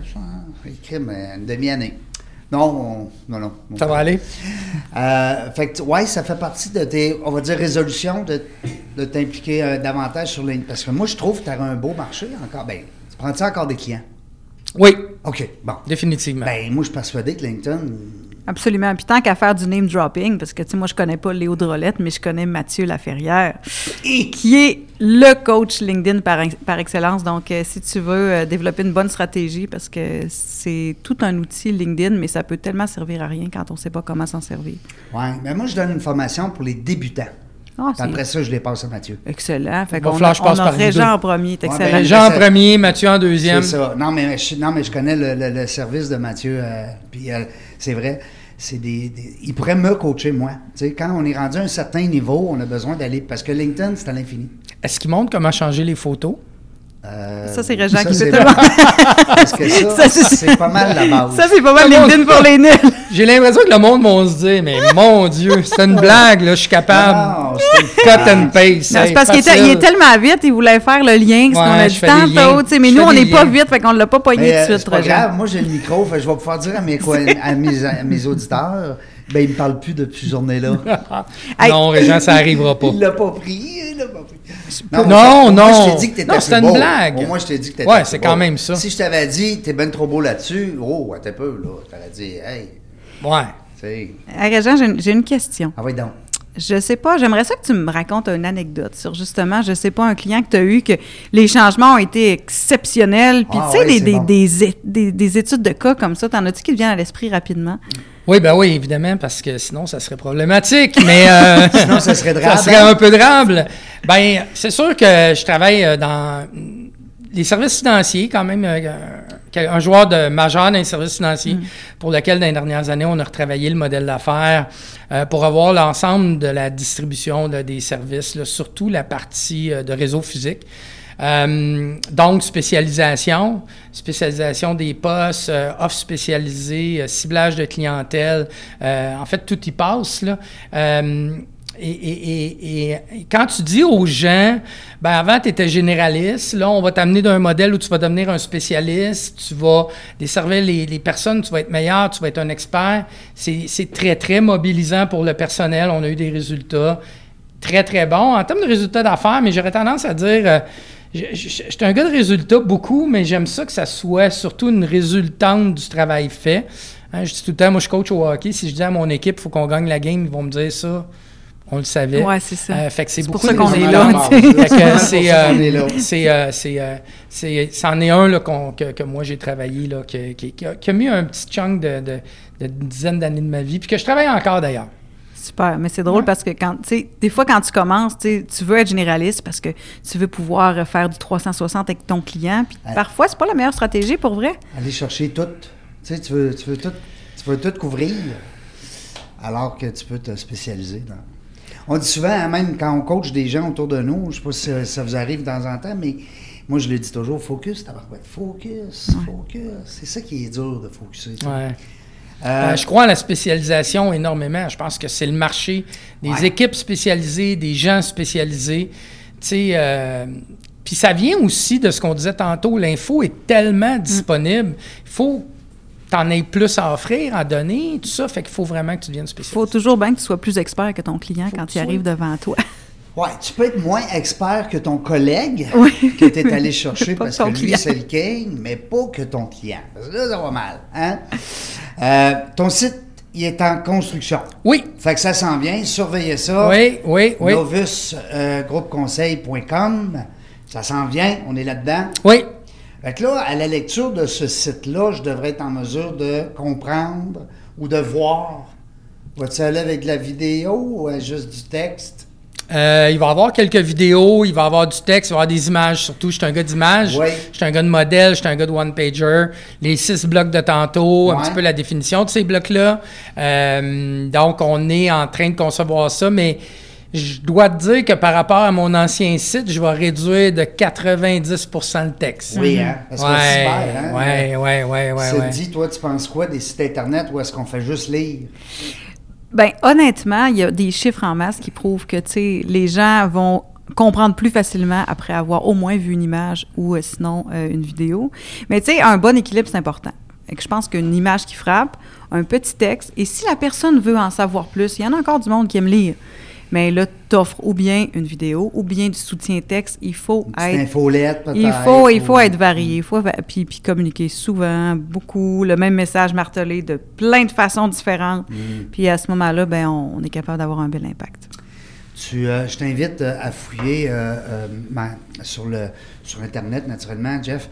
une demi-année. Non. Ça va aller? Fait que, ouais, ça fait partie de tes, on va dire, résolutions de t'impliquer davantage sur LinkedIn. Parce que moi, je trouve que tu as un beau marché encore. Ben, tu prends-tu encore des clients? Oui, OK, bon. définitivement. Ben, moi, je suis persuadé que LinkedIn... Absolument. Puis tant qu'à faire du name dropping, parce que, tu sais, moi, je connais pas Léo Drolette, mais je connais Mathieu Laferrière, qui est le coach LinkedIn par excellence. Donc, si tu veux développer une bonne stratégie, parce que c'est tout un outil LinkedIn, mais ça peut tellement servir à rien quand on sait pas comment s'en servir. Oui, mais moi, je donne une formation pour les débutants. Ah, Puis après ça, je les passe à Mathieu. Excellent. Fait Va qu'on falloir que je passe par vous Régent deux. en premier. C'est Ouais, excellent. ben, Jean en premier, Mathieu en deuxième. C'est ça. Non, mais je connais le service de Mathieu. Puis c'est vrai, il pourrait me coacher, moi. Tu sais, quand on est rendu à un certain niveau, on a besoin d'aller... Parce que LinkedIn, c'est à l'infini. Est-ce qu'il montre comment changer les photos? Ça, c'est Régent qui c'est peut te demander. Parce que ça, c'est pas mal la base. Ça, c'est pas mal LinkedIn pour les nuls. J'ai l'impression que le monde va se dire, mais mon Dieu, c'est une blague, là, je suis capable. Non, c'est une Cut and paste. Non, hey, c'est parce qu'il facile. est tellement vite, il voulait faire le lien, ce qu'on a je dit fais des liens. tantôt. tu sais, Mais Je nous, fais on des n'est pas liens. vite, fait qu'on ne l'a pas pogné Mais, tout de suite, c'est pas Régent. grave, moi j'ai le micro, fait que je vais pouvoir dire à mes auditeurs, ben ils me parlent plus depuis cette journée-là. Hey. Non, Régent, ça n'arrivera pas. Il l'a pas pris. Non, Moi, je non. t'ai dit que t'étais Non, plus c'était une beau. blague. Moi, je t'ai dit que t'étais Ouais, plus c'est beau. quand même ça. Si je t'avais dit, t'es ben trop beau là-dessus, attends un peu, là. T'aurais dit, hey, Ouais. tu sais, Régent, j'ai une question. ah oui, donc. Je sais pas, j'aimerais ça que tu me racontes une anecdote sur justement, je sais pas, un client que tu as eu, que les changements ont été exceptionnels. Puis, Ah tu sais, ouais, c'est bon. des études de cas comme ça, t'en as-tu qui te viennent à l'esprit rapidement? Oui, ben oui, évidemment, parce que sinon, ça serait problématique, mais... Sinon, ça serait drable. Ça serait un peu drable. Ben, c'est sûr que je travaille dans les services financiers, quand même, un joueur majeur dans les services financiers, pour lequel, dans les dernières années, on a retravaillé le modèle d'affaires pour avoir l'ensemble de la distribution des services, là, surtout la partie de réseau physique. Donc, spécialisation des postes, offres spécialisées, ciblage de clientèle, en fait, tout y passe, là. Et quand tu dis aux gens, ben avant, tu étais généraliste, là, on va t'amener d'un modèle où tu vas devenir un spécialiste, tu vas desservir les personnes, tu vas être meilleur, tu vas être un expert. C'est très, très mobilisant pour le personnel. On a eu des résultats très, très bons. En termes de résultats d'affaires, mais j'aurais tendance à dire... Je suis un gars de résultats beaucoup, mais j'aime ça que ça soit surtout une résultante du travail fait. Hein, je dis tout le temps, moi, je coach au hockey. Si je dis à mon équipe, il faut qu'on gagne la game, ils vont me dire ça. On le savait. Ouais, c'est ça. Fait que c'est pour beaucoup ça de qu'on est résultats. là. Fait que c'en est un là, que moi j'ai travaillé, là, qui a mis un petit chunk de dizaines d'années de ma vie, puis que je travaille encore d'ailleurs. Super, mais c'est drôle parce que des fois quand tu commences, tu veux être généraliste parce que tu veux pouvoir faire du 360 avec ton client, puis parfois c'est pas la meilleure stratégie pour vrai. Aller chercher tout. Tu sais, tu veux tout couvrir. alors que tu peux te spécialiser dans... On dit souvent, hein, même quand on coach des gens autour de nous, je ne sais pas si ça vous arrive de temps en temps, mais moi, je le dis toujours, focus, focus. C'est ça qui est dur de focuser. Ouais. Je crois à la spécialisation énormément. Je pense que c'est le marché des équipes spécialisées, des gens spécialisés. Tu sais, puis ça vient aussi de ce qu'on disait tantôt, l'info est tellement disponible. Il faut que tu en aies plus à offrir, à donner, tout ça. Fait qu'il faut vraiment que tu deviennes spécialisé. Il faut toujours bien que tu sois plus expert que ton client quand il arrive devant toi. Oui, tu peux être moins expert que ton collègue que tu es allé chercher parce que lui, c'est le king, mais pas que ton client. Parce que là, ça va mal. Hein? Ton site, il est en construction. Oui. Fait que ça s'en vient. Surveillez ça. Oui. Novusgroupeconseil.com. Ça s'en vient. On est là-dedans. Oui. Fait que là, à la lecture de ce site-là, je devrais être en mesure de comprendre ou de voir. Va-tu aller avec de la vidéo ou juste du texte? Il va y avoir quelques vidéos, il va y avoir du texte, il va y avoir des images. Surtout, je suis un gars d'images, je suis un gars de modèle, je suis un gars de one-pager. Les 6 blocs de tantôt, un petit peu la définition de ces blocs-là. Donc, on est en train de concevoir ça, mais je dois te dire que par rapport à mon ancien site, je vais réduire de 90% le texte. Oui, hein? Parce que c'est super, hein? Oui. Ça te dit, toi, tu penses quoi des sites Internet où est-ce qu'on fait juste lire? Bien, honnêtement, il y a des chiffres en masse qui prouvent que, tu sais, les gens vont comprendre plus facilement après avoir au moins vu une image ou sinon une vidéo. Mais, tu sais, un bon équilibre, c'est important. Et que je pense qu'une image qui frappe, un petit texte, et si la personne veut en savoir plus, il y en a encore du monde qui aime lire. Mais là, t'offres ou bien une vidéo ou bien du soutien texte. Il faut être... infolette, peut-être. Il faut être varié. Il faut puis communiquer souvent, beaucoup, le même message martelé de plein de façons différentes. Puis à ce moment-là, ben on est capable d'avoir un bel impact. Je t'invite à fouiller sur Internet, naturellement, Jeff.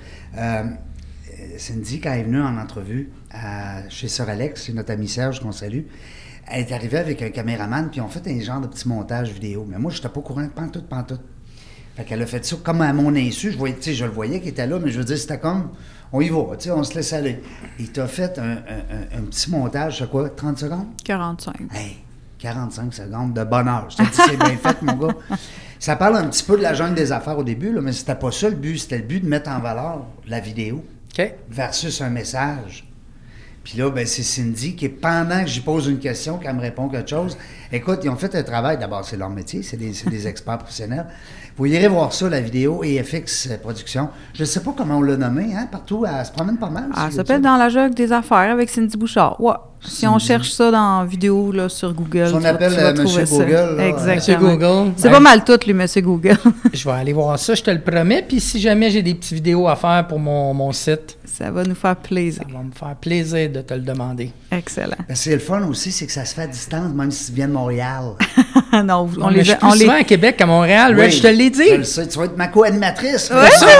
Cindy, quand elle est venue en entrevue chez Sœur Alex, c'est notre ami Serge qu'on salue, elle est arrivée avec un caméraman, puis on fait un genre de petit montage vidéo. Mais moi, je n'étais pas au courant, pantoute. Fait qu'elle a fait ça comme à mon insu. Je le voyais qu'il était là, mais je veux dire, c'était comme, on y va, on se laisse aller. Il t'a fait un petit montage, c'est quoi, 30 secondes? 45. Hey, 45 secondes de bonheur. Je te dis, c'est bien fait, mon gars. Ça parle un petit peu de la jungle des affaires au début, là, mais c'était pas ça le but. C'était le but de mettre en valeur la vidéo versus un message. Puis là, ben, c'est Cindy qui, pendant que j'y pose une question, qu'elle me répond quelque chose. Écoute, ils ont fait un travail. D'abord, c'est leur métier, c'est des experts professionnels. Vous irez voir ça, la vidéo EFX Production. Je ne sais pas comment on l'a nommé, hein, partout. Elle se promène pas mal. Ça s'appelle Dans la jungle des affaires avec Cindy Bouchard. Ouais. Si on cherche ça dans vidéo là, sur Google, si on appelle Monsieur Google. Là, exactement. Monsieur Google. C'est pas mal tout, lui, Monsieur Google. Je vais aller voir ça, je te le promets. Puis si jamais j'ai des petites vidéos à faire pour mon site, ça va nous faire plaisir. Ça va me faire plaisir de te le demander. Excellent. C'est le fun aussi, c'est que ça se fait à distance, même si tu viens de Montréal. Non, je suis plus souvent à Québec qu'à Montréal, oui, je te l'ai dit. Je le sais, tu vas être ma co-animatrice.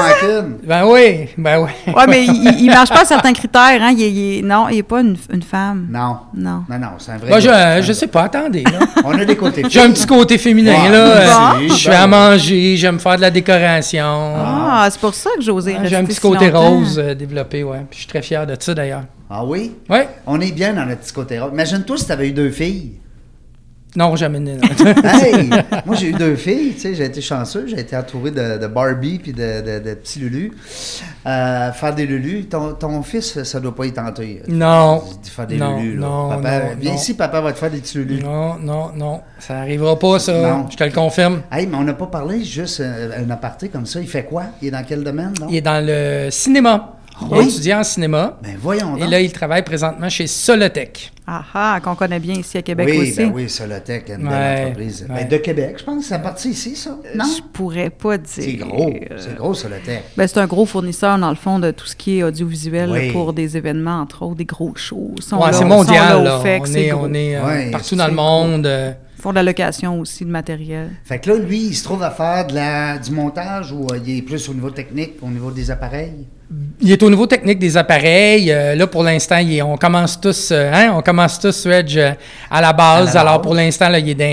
Ben oui. Oui, mais il ne marche pas certains critères. Hein? Non, il n'est pas une femme. Non, c'est un vrai... Ben, je sais pas, attendez. Là. On a des côtés féminins. J'ai un petit côté féminin, là. Je fais à manger, j'aime faire de la décoration. C'est pour ça que j'osais rester j'ai un petit côté rose développé, ouais. Puis je suis très fier de ça, d'ailleurs. Ah oui? Oui. On est bien dans notre petit côté rose. Imagine-toi si tu avais eu 2 filles. Non, jamais. Hey! Moi, j'ai eu 2 filles, tu sais, j'ai été chanceux. J'ai été entouré de Barbie puis de petits Lulu. Faire des Lulu. Ton fils, ça doit pas y tenter. Non. Faire des Lulu, là. Papa, viens ici, papa va te faire des petits Lulu. Non. Ça n'arrivera pas, ça. Non. Je te le confirme. Hey, mais on n'a pas parlé, juste un aparté comme ça. Il fait quoi? Il est dans quel domaine, non? Il est dans le cinéma. Il est étudiant en cinéma. Ben voyons donc. Et là, il travaille présentement chez Solotech. Qu'on connaît bien ici à Québec aussi. Oui, Solotech, une belle entreprise. Ben, de Québec, je pense. C'est parti ici, ça? Non? Je pourrais pas dire. C'est gros, Solotech. Ben, c'est un gros fournisseur, dans le fond, de tout ce qui est audiovisuel pour des événements, entre autres, des gros shows. C'est mondial, là. On est partout dans le monde. Ils font de la location aussi de matériel. Fait que là, lui, il se trouve à faire du montage ou il est plus au niveau technique, au niveau des appareils? Il est au niveau technique des appareils. Là, pour l'instant, on commence tous Edge à la base. Alors, pour l'instant, là, il est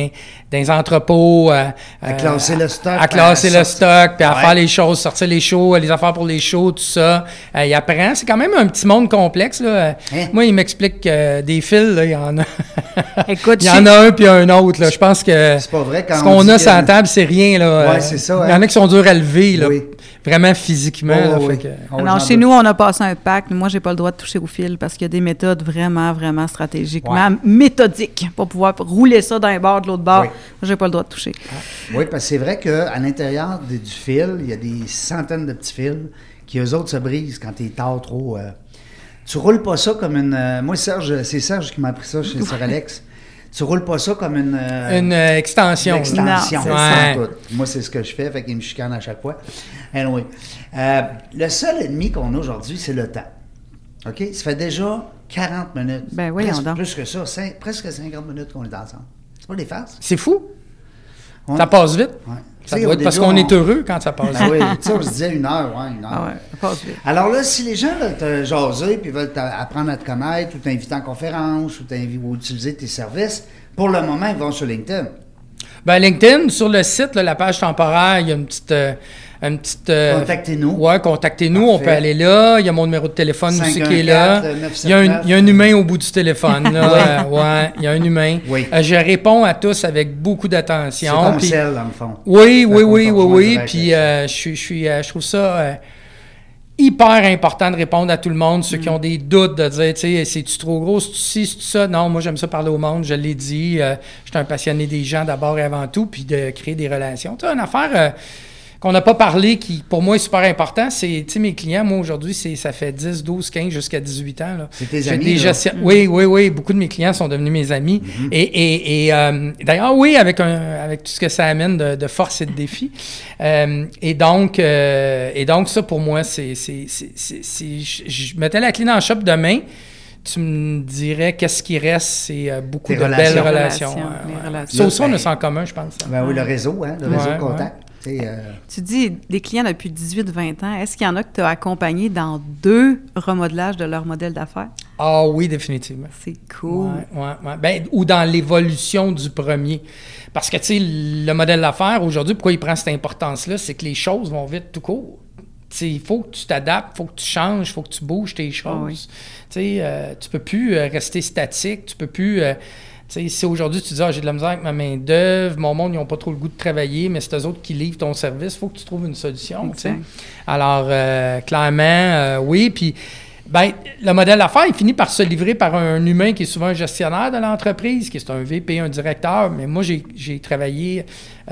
dans les entrepôts. À classer le stock. À classer le stock, puis à Ouais. faire les choses, sortir les shows, les affaires pour les shows, tout ça. Il apprend. C'est quand même un petit monde complexe, là. Hein? Moi, il m'explique que des fils, là, il y en a. Écoute, Il y en a un puis un autre, là. Je pense que C'est pas vrai quand ce on qu'on dit a que- sur la table, c'est rien, là. Ouais, c'est ça, Il y en hein. a qui sont durs à lever, là. Oui. Vraiment physiquement, là. Oh, Fait oui. que- Oh, non, j'en chez doute. nous, on a passé un pacte. Moi, j'ai pas le droit de toucher au fil parce qu'il y a des méthodes vraiment, vraiment stratégiquement méthodiques pour pouvoir rouler ça d'un bord de l'autre bord. Oui. Moi, j'ai pas le droit de toucher. Oui, parce que c'est vrai qu'à l'intérieur du fil, il y a des centaines de petits fils qui, eux autres, se brisent quand t'es tard trop. Tu roules pas ça comme une... moi, Serge, c'est Serge qui m'a appris ça chez Sir Alex. Tu roules pas ça comme une extension. là. extension. Non, c'est ça. Tout. Moi, c'est ce que je fais, fait qu'il me chicane à chaque fois. Anyway. Le seul ennemi qu'on a aujourd'hui, c'est le temps. OK? Ça fait déjà 40 minutes. Ben voyons Presque donc. plus que ça. Presque 50 minutes qu'on est ensemble. C'est pas des farces. C'est fou. Ouais. Ça passe vite. Ouais. Ça Tu sais, doit au être parce début, qu'on est heureux quand ça passe Ben vite. oui, tu sais, on se disait une heure. Ah ouais, ça passe vite. Alors là, si les gens veulent te jaser puis veulent apprendre à te connaître ou t'inviter en conférence ou utiliser tes services, pour le moment, ils vont sur LinkedIn. Ben, LinkedIn, sur le site, là, la page temporaire, il y a une petite... Contactez-nous. Ouais, contactez-nous. On Parfait. peut aller là. Il y a mon numéro de téléphone aussi qui est là. 514-979. Il y a un humain au bout du téléphone. Là. Ouais, il y a un humain. Oui. Je réponds à tous avec beaucoup d'attention. C'est ton puis- sel, dans le fond. Oui, oui, Ton oui, oui, conjoint oui. direct Puis je trouve ça hyper important de répondre à tout le monde, ceux qui ont des doutes, de dire, tu sais, c'est-tu trop gros, c'est-tu ci, c'est-tu ça? Non, moi, j'aime ça parler au monde, je l'ai dit. Je suis un passionné des gens d'abord et avant tout, puis de créer des relations. Tu sais, une affaire qu'on n'a pas parlé, qui pour moi est super important, c'est, tu sais, mes clients, moi, aujourd'hui, ça fait 10, 12, 15, jusqu'à 18 ans. Là. C'est tes J'ai amis, déjà- là. Oui, beaucoup de mes clients sont devenus mes amis. Et d'ailleurs, oui, avec tout ce que ça amène de force et de défi. Et donc, ça, pour moi, je mettais la clé dans le shop demain. Tu me dirais qu'est-ce qui reste, c'est beaucoup Tes de relations. belles relations. Les relations. Ça aussi, on Ben, a ça en commun, je pense. Ben oui, le réseau, hein, le réseau Ouais, de contact. Tu sais, Tu dis des clients depuis 18-20 ans. Est-ce qu'il y en a que tu as accompagné dans 2 remodelages de leur modèle d'affaires? Ah oui, définitivement. C'est cool. Ouais. Ben, ou dans l'évolution du premier. Parce que, tu sais, le modèle d'affaires, aujourd'hui, pourquoi il prend cette importance-là, c'est que les choses vont vite tout court. Tu sais, il faut que tu t'adaptes, il faut que tu changes, il faut que tu bouges tes choses. Ah oui. Tu sais, tu peux plus rester statique, tu peux plus... tu sais, si aujourd'hui tu dis « j'ai de la misère avec ma main-d'œuvre, mon monde, ils n'ont pas trop le goût de travailler, mais c'est eux autres qui livrent ton service, il faut que tu trouves une solution. » tu sais. Exact. Alors, clairement, oui, puis... Ben, le modèle d'affaires, il finit par se livrer par un humain qui est souvent un gestionnaire de l'entreprise, qui est un VP, un directeur. Mais moi, j'ai travaillé...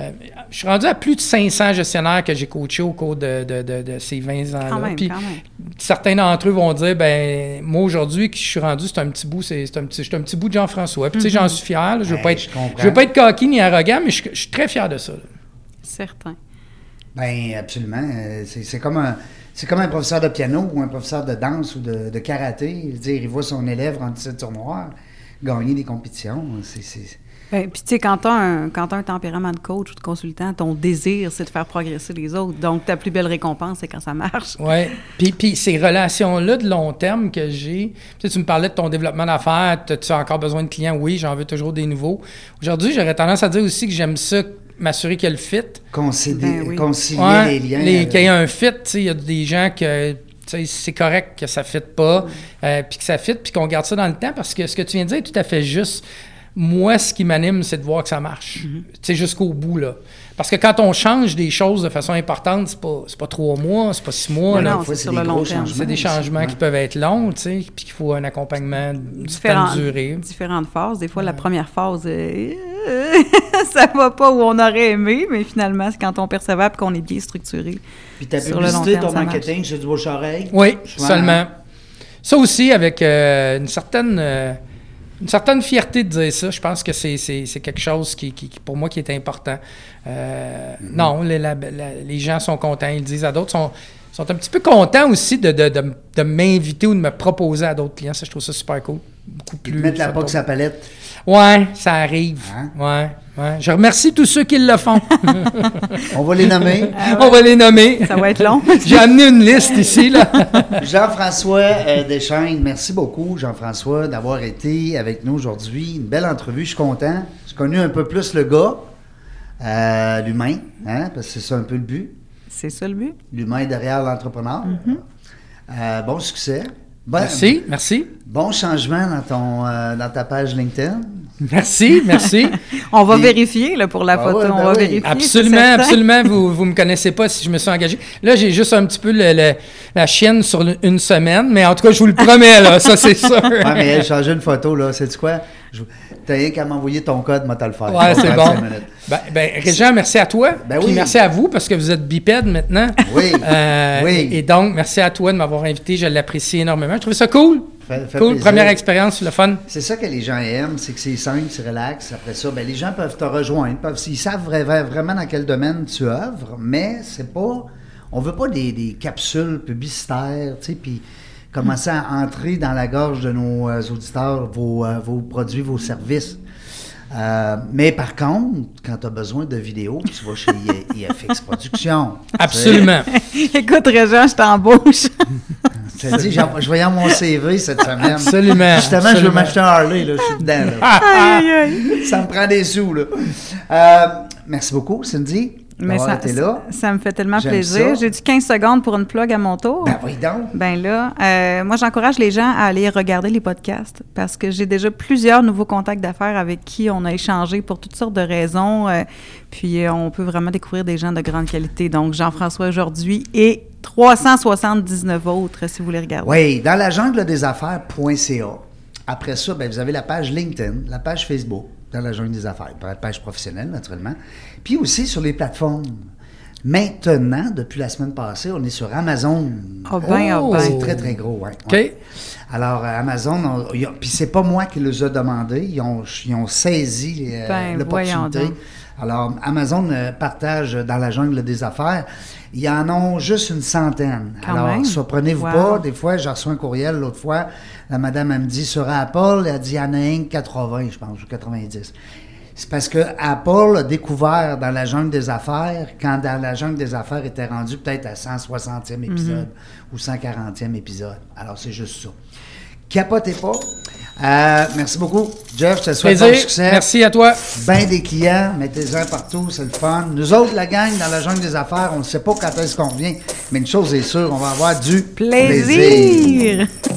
je suis rendu à plus de 500 gestionnaires que j'ai coachés au cours de ces 20 ans-là. Quand même, Puis, quand même. certains d'entre eux vont dire, ben moi, aujourd'hui, que je suis rendu, c'est un petit bout, je suis un petit bout de Jean-François. Puis, tu sais, j'en suis fier. Là, je Ben, je veux pas être coquille ni arrogant, mais je suis très fier de ça. Là. Certain. ben absolument. C'est comme un professeur de piano ou un professeur de danse ou de karaté. Je veux dire, il voit son élève rendre ses tournois, gagner des compétitions. Ben, puis, tu sais, quand tu as un tempérament de coach ou de consultant, ton désir, c'est de faire progresser les autres. Donc, ta plus belle récompense, c'est quand ça marche. Oui. Puis ces relations-là de long terme que j'ai, tu me parlais de ton développement d'affaires, tu as encore besoin de clients? Oui, j'en veux toujours des nouveaux. Aujourd'hui, j'aurais tendance à dire aussi que j'aime ça, m'assurer qu'il y a le fit. Concilier Ouais, les liens. qu'il y ait un fit, tu sais, il y a des gens que... tu sais, c'est correct que ça ne fit pas, puis que ça fit, puis qu'on garde ça dans le temps, parce que ce que tu viens de dire est tout à fait juste. Moi, ce qui m'anime, c'est de voir que ça marche. Tu sais, jusqu'au bout, là. Parce que quand on change des choses de façon importante, c'est pas 3 mois, c'est pas 6 mois. Ouais, là. non, Des fois, c'est sur des le long gros terme. changements C'est des aussi. changements Ouais. qui peuvent être longs, tu sais, puis qu'il faut un accompagnement d'une certaine durée. Différentes phases. Des fois, la première phase, ça va pas où on aurait aimé, mais finalement, c'est quand on persévère et qu'on est bien structuré. Puis ta Sur le long publicité, terme, ton ça marketing, c'est du bouche-oreille. Oui, Souvent, seulement. Ça aussi, avec une certaine fierté de dire ça, je pense que c'est quelque chose qui, pour moi, qui est important. Non, les gens sont contents, ils le disent à d'autres, sont un petit peu contents aussi de m'inviter ou de me proposer à d'autres clients. Ça, je trouve ça super cool. Beaucoup Puis plus... te mettre la box à palette. Ouais, ça arrive. Hein? Ouais. Ouais. Je remercie tous ceux qui le font. On va les nommer. On va les nommer. Ça va être long. J'ai amené une liste ici, là. Jean-François Deschaines, merci beaucoup, Jean-François, d'avoir été avec nous aujourd'hui. Une belle entrevue, je suis content. J'ai connu un peu plus le gars, l'humain, hein, parce que c'est ça un peu le but. C'est ça le but. L'humain derrière l'entrepreneur. Bon succès. Merci. Bon changement dans ta page LinkedIn. Merci. On va vérifier là, pour la photo. ouais, ben on va oui. vérifier. Absolument. Vous me connaissez pas si je me suis engagé. Là, j'ai juste un petit peu la chienne sur une semaine, mais en tout cas, je vous le promets, là, ça c'est sûr. Ouais, mais changer une photo, là, sais-tu quoi? T'as rien qu'à m'envoyer ton code, moi, t'as le faire. Ouais, c'est bon. Régent, merci à toi. Puis merci à vous, parce que vous êtes bipède maintenant. Oui. Et donc, merci à toi de m'avoir invité. Je l'apprécie énormément. Je trouve ça cool. Fait Cool. plaisir. Première expérience, le fun. C'est ça que les gens aiment, c'est que c'est simple, c'est relax. Après ça, les gens peuvent te rejoindre. Ils savent vraiment dans quel domaine tu œuvres, mais c'est pas... On veut pas des capsules publicitaires, tu sais, puis commencer à entrer dans la gorge de nos auditeurs vos produits, vos services. Mais par contre, quand tu as besoin de vidéos, tu vas chez IFX Productions. Absolument. Écoute, Régent, je t'embauche. Tu as dit, je voyais mon CV cette semaine. Absolument. Justement, je veux m'acheter un Harley, là, je suis dedans. Là. Aïe. Ça me prend des sous, là. Merci beaucoup, Cindy. Mais ça me fait tellement J'aime plaisir. ça. J'ai du 15 secondes pour une plug à mon tour. Ben oui donc. Ben là, moi, j'encourage les gens à aller regarder les podcasts parce que j'ai déjà plusieurs nouveaux contacts d'affaires avec qui on a échangé pour toutes sortes de raisons. Puis, on peut vraiment découvrir des gens de grande qualité. Donc, Jean-François aujourd'hui et 379 autres, si vous voulez regarder. Oui, dans la jungle des affaires.ca. Après ça, vous avez la page LinkedIn, la page Facebook, dans la jungle des affaires, la page professionnelle, naturellement. Puis aussi sur les plateformes. Maintenant, depuis la semaine passée, on est sur Amazon. C'est très, très gros, oui. OK. Ouais. Alors, Amazon, puis c'est pas moi qui les a demandés, ils ont saisi l'opportunité. Alors, Amazon partage dans la jungle des affaires. Ils en ont juste une centaine. Alors, surprenez-vous pas. Des fois, j'ai reçu un courriel l'autre fois. La madame, elle me dit, sur Apple, elle dit, il y en a un 80, je pense, ou 90. C'est parce que Apple a découvert dans la jungle des affaires, quand dans la jungle des affaires était rendu peut-être à 160e épisode ou 140e épisode. Alors, c'est juste ça. Capotez pas. Merci beaucoup. Jeff, je te souhaite bon succès. Merci à toi. Ben des clients, mettez-en partout, c'est le fun. Nous autres, la gang, dans la jungle des affaires, on ne sait pas quand est-ce qu'on revient, mais une chose est sûre, on va avoir du plaisir.